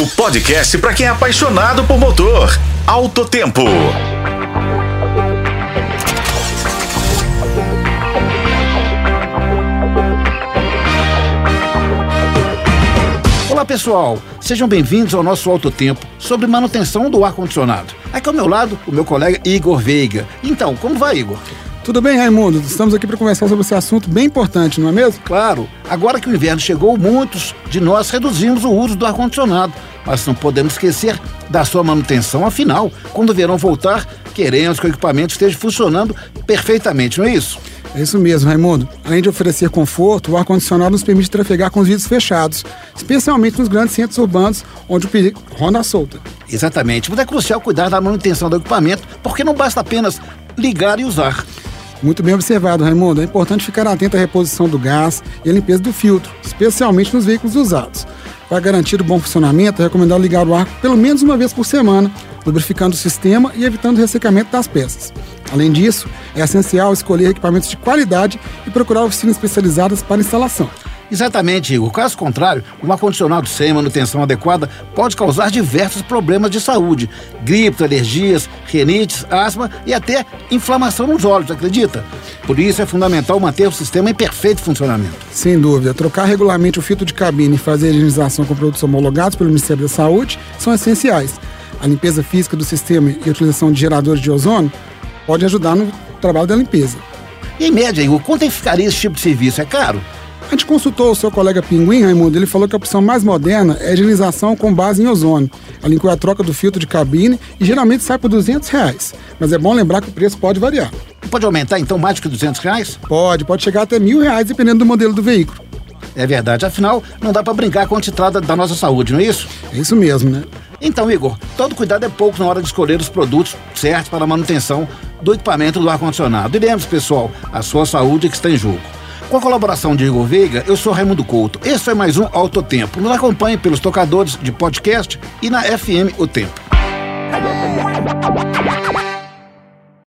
O podcast para quem é apaixonado por motor. Alto Tempo. Olá pessoal, sejam bem-vindos ao nosso Alto Tempo sobre manutenção do ar-condicionado. Aqui ao meu lado, o meu colega Igor Veiga. Então, como vai, Igor? Tudo bem, Raimundo? Estamos aqui para conversar sobre esse assunto bem importante, não é mesmo? Claro, agora que o inverno chegou, muitos de nós reduzimos o uso do ar-condicionado, mas não podemos esquecer da sua manutenção. Afinal, quando o verão voltar, queremos que o equipamento esteja funcionando perfeitamente, não é isso? É isso mesmo, Raimundo. Além de oferecer conforto, o ar-condicionado nos permite trafegar com os vidros fechados, especialmente nos grandes centros urbanos, onde o perigo ronda solta. Exatamente, mas é crucial cuidar da manutenção do equipamento, porque não basta apenas ligar e usar. Muito bem observado, Raimundo. É importante ficar atento à reposição do gás e à limpeza do filtro, especialmente nos veículos usados. Para garantir o bom funcionamento, é recomendável ligar o ar pelo menos uma vez por semana, lubrificando o sistema e evitando o ressecamento das peças. Além disso, é essencial escolher equipamentos de qualidade e procurar oficinas especializadas para instalação. Exatamente, Igor. Caso contrário, um ar-condicionado sem manutenção adequada pode causar diversos problemas de saúde: gripe, alergias, rinites, asma e até inflamação nos olhos, acredita? Por isso é fundamental manter o sistema em perfeito funcionamento. Sem dúvida, trocar regularmente o filtro de cabine e fazer a higienização com produtos homologados pelo Ministério da Saúde são essenciais. A limpeza física do sistema e a utilização de geradores de ozônio pode ajudar no trabalho da limpeza. E em média, Igor, quanto é que ficaria esse tipo de serviço? É caro? A gente consultou o seu colega Pinguim, Raimundo. Ele falou que a opção mais moderna é a higienização com base em ozônio. Ela inclui a troca do filtro de cabine e geralmente sai por R$200. Mas é bom lembrar que o preço pode variar. Pode aumentar então mais do que R$200? Pode chegar até R$1.000, dependendo do modelo do veículo. É verdade, afinal, não dá para brincar com a entrada da nossa saúde, não é isso? É isso mesmo, né? Então, Igor, todo cuidado é pouco na hora de escolher os produtos certos para a manutenção do equipamento do ar-condicionado. E lembre-se, pessoal, a sua saúde é que está em jogo. Com a colaboração de Igor Veiga, eu sou Raimundo Couto. Esse foi mais um Alto Tempo. Nos acompanhe pelos tocadores de podcast e na FM O Tempo.